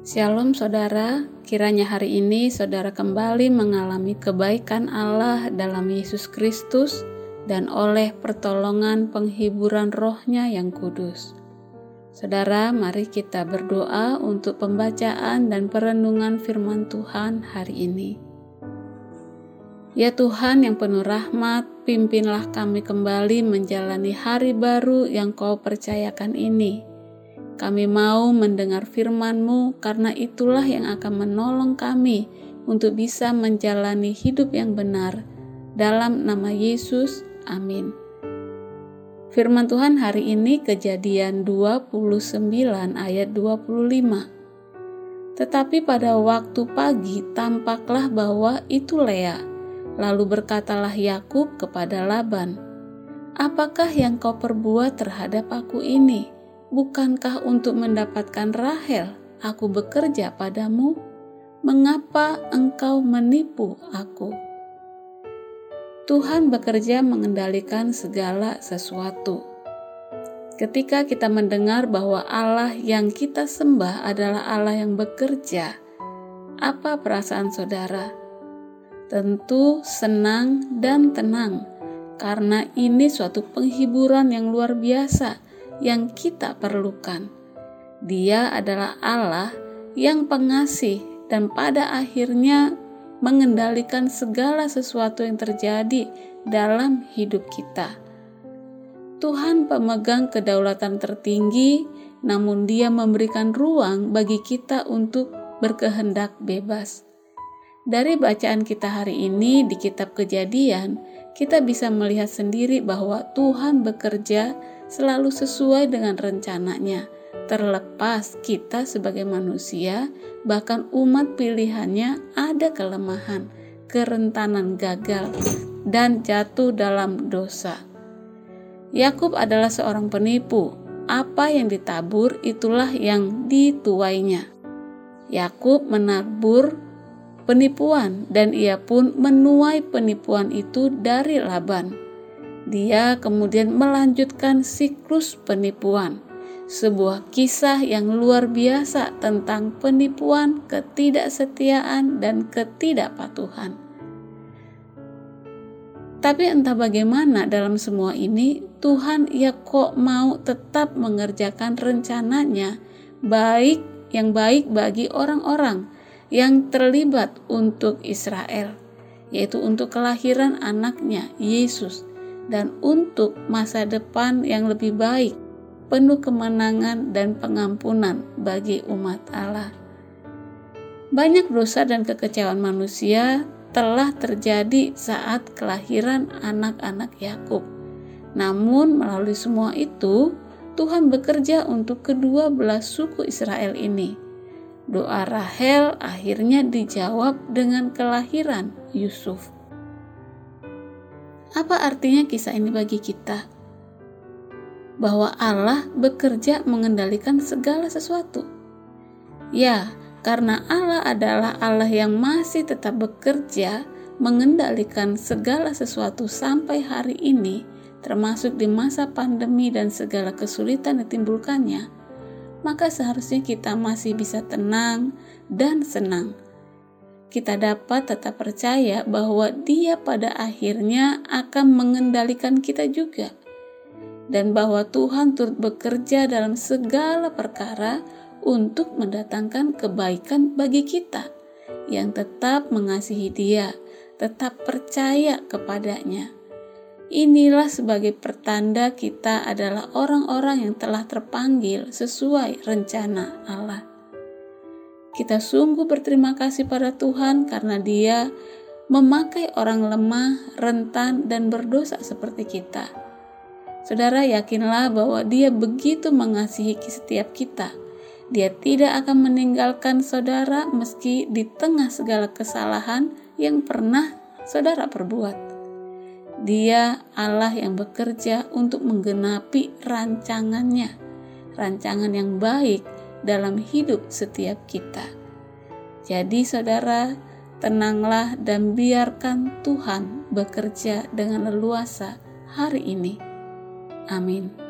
Shalom saudara, kiranya hari ini saudara kembali mengalami kebaikan Allah dalam Yesus Kristus dan oleh pertolongan penghiburan Roh-Nya yang kudus. Saudara, mari kita berdoa untuk pembacaan dan perenungan firman Tuhan hari ini. Ya Tuhan yang penuh rahmat, pimpinlah kami kembali menjalani hari baru yang Kau percayakan ini. Kami mau mendengar firman-Mu karena itulah yang akan menolong kami untuk bisa menjalani hidup yang benar. Dalam nama Yesus, amin. Firman Tuhan hari ini Kejadian 29 ayat 25. Tetapi pada waktu pagi tampaklah bahwa itu Lea. Lalu berkatalah Yakub kepada Laban, "Apakah yang kau perbuat terhadap aku ini? Bukankah untuk mendapatkan Rahel aku bekerja padamu? Mengapa engkau menipu aku?" Tuhan bekerja mengendalikan segala sesuatu. Ketika kita mendengar bahwa Allah yang kita sembah adalah Allah yang bekerja, apa perasaan saudara? Tentu senang dan tenang, karena ini suatu penghiburan yang luar biasa yang kita perlukan. Dia adalah Allah yang pengasih dan pada akhirnya mengendalikan segala sesuatu yang terjadi dalam hidup kita. Tuhan pemegang kedaulatan tertinggi, namun Dia memberikan ruang bagi kita untuk berkehendak bebas. Dari bacaan kita hari ini di kitab Kejadian, kita bisa melihat sendiri bahwa Tuhan bekerja selalu sesuai dengan rencananya, terlepas kita sebagai manusia, bahkan umat pilihannya ada kelemahan, kerentanan gagal, dan jatuh dalam dosa. Yakub adalah seorang penipu. Apa yang ditabur itulah yang dituainya. Yakub menabur penipuan dan ia pun menuai penipuan itu dari Laban. Dia kemudian melanjutkan siklus penipuan, sebuah kisah yang luar biasa tentang penipuan, ketidaksetiaan, dan ketidakpatuhan. Tapi entah bagaimana dalam semua ini, Tuhan kok mau tetap mengerjakan rencananya yang baik bagi orang-orang yang terlibat untuk Israel, yaitu untuk kelahiran anaknya Yesus dan untuk masa depan yang lebih baik, penuh kemenangan dan pengampunan bagi umat Allah. Banyak dosa dan kekecewaan manusia telah terjadi saat kelahiran anak-anak Yakub. Namun melalui semua itu, Tuhan bekerja untuk kedua belah suku Israel ini. Doa Rahel akhirnya dijawab dengan kelahiran Yusuf. Apa artinya kisah ini bagi kita? Bahwa Allah bekerja mengendalikan segala sesuatu. Ya, karena Allah adalah Allah yang masih tetap bekerja mengendalikan segala sesuatu sampai hari ini, termasuk di masa pandemi dan segala kesulitan yang ditimbulkannya, maka seharusnya kita masih bisa tenang dan senang. Kita dapat tetap percaya bahwa Dia pada akhirnya akan mengendalikan kita juga, dan bahwa Tuhan turut bekerja dalam segala perkara untuk mendatangkan kebaikan bagi kita yang tetap mengasihi Dia, tetap percaya kepadanya. Inilah sebagai pertanda kita adalah orang-orang yang telah terpanggil sesuai rencana Allah. Kita sungguh berterima kasih pada Tuhan karena Dia memakai orang lemah, rentan, dan berdosa seperti kita. Saudara, yakinlah bahwa Dia begitu mengasihi setiap kita. Dia tidak akan meninggalkan saudara meski di tengah segala kesalahan yang pernah saudara perbuat. Dia Allah yang bekerja untuk menggenapi rancangannya, rancangan yang baik dalam hidup setiap kita. Jadi saudara, tenanglah dan biarkan Tuhan bekerja dengan leluasa hari ini. Amin.